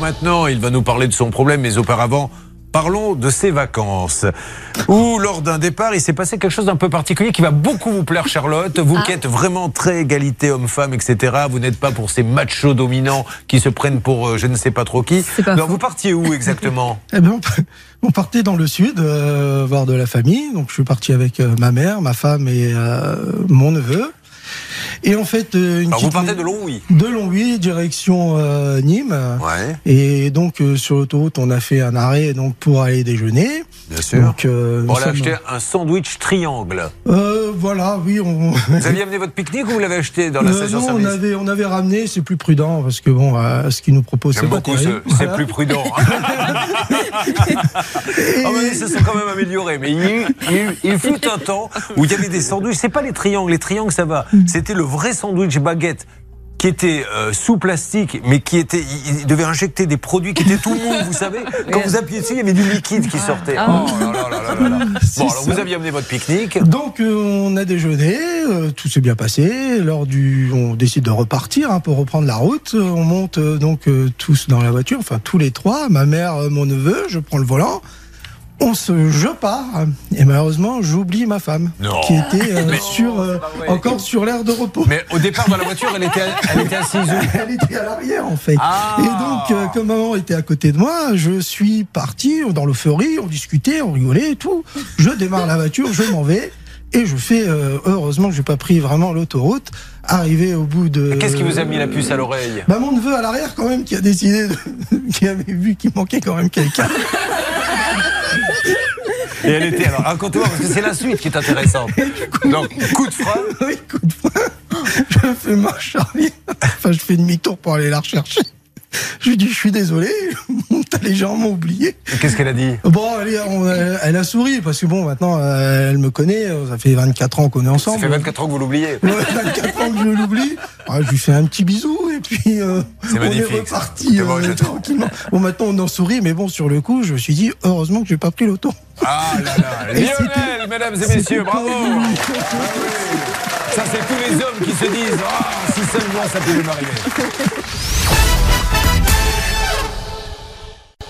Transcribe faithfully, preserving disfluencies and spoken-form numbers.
maintenant, il va nous parler de son problème, mais auparavant, parlons de ses vacances. Où, lors d'un départ, il s'est passé quelque chose d'un peu particulier qui va beaucoup vous plaire, Charlotte. Vous ah. qui êtes vraiment très égalité homme-femme, et cetera. Vous n'êtes pas pour ces machos dominants qui se prennent pour euh, je ne sais pas trop qui. Alors, vous partiez où exactement? Eh bien, on partait dans le sud, euh, voir de la famille. Donc, je suis parti avec euh, ma mère, ma femme et euh, mon neveu. Et en fait, euh, une Alors petite... vous partez de Longwy. De Longwy, direction euh, Nîmes. Ouais. Et donc euh, sur l'autoroute, on a fait un arrêt donc pour aller déjeuner. Bien sûr. Donc, euh, on a sommes... acheté un sandwich triangle. Euh, voilà, oui. On... Vous aviez amené votre pique-nique ou vous l'avez acheté dans la euh, station non, service? on avait, on avait ramené. C'est plus prudent parce que bon, euh, ce qu'ils nous proposent, c'est pas terrible. Ce, c'est plus prudent. Et... Oh, mais ils se sont quand même améliorés. Mais il, il, il fut un temps où il y avait des sandwichs. C'est pas les triangles. Les triangles, ça va. C'était le vrai sandwich baguette qui était euh, sous plastique, mais qui était, il, il devait injecter des produits qui étaient tout mous, vous savez. Quand vous appuyez dessus, il y avait du liquide qui sortait. Oh là là là là là là. Bon, alors vous aviez amené votre pique-nique. Donc euh, on a déjeuné, euh, tout s'est bien passé. Lors du, on décide de repartir hein, pour reprendre la route. On monte euh, donc euh, tous dans la voiture, enfin tous les trois, ma mère, euh, mon neveu. Je prends le volant. On se, je pars et malheureusement j'oublie ma femme non. qui était euh, sur euh, encore sur l'aire de repos. Mais au départ dans la voiture elle était, elle était assise où? Elle était à l'arrière en fait. Ah. Et donc euh, comme maman était à côté de moi, je suis parti dans l'euphorie, on discutait, on rigolait et tout. Je démarre la voiture, je m'en vais. Et je fais, euh, heureusement que j'ai pas pris vraiment l'autoroute, arrivé au bout de... Qu'est-ce qui vous a mis la puce à l'oreille? Bah mon neveu à l'arrière quand même qui a décidé, de... qui avait vu qu'il manquait quand même quelqu'un. Et elle était, alors racontez-moi parce que c'est la suite qui est intéressante. Coup, donc coup de frein. Oui, coup de frein. Je fais marche arrière. Enfin je fais demi-tour pour aller la rechercher. Je lui dis, je suis désolé, t'as légèrement oublié. Qu'est-ce qu'elle a dit? Bon, elle, on, elle a souri, parce que bon, maintenant, elle me connaît, ça fait vingt-quatre ans qu'on est ensemble. Ça fait vingt-quatre ans que vous l'oubliez. Ouais, vingt-quatre ans que je l'oublie. Ah, je lui fais un petit bisou, et puis euh, c'est on magnifique, est reparti euh, tranquillement. Bon, maintenant, on en sourit, mais bon, sur le coup, je me suis dit, heureusement que j'ai pas pris l'auto. Ah là là, Lionel, mesdames et messieurs, bravo. Ah, oui. Ça, c'est tous les hommes qui se disent, ah, si seulement ça pouvait m'arriver.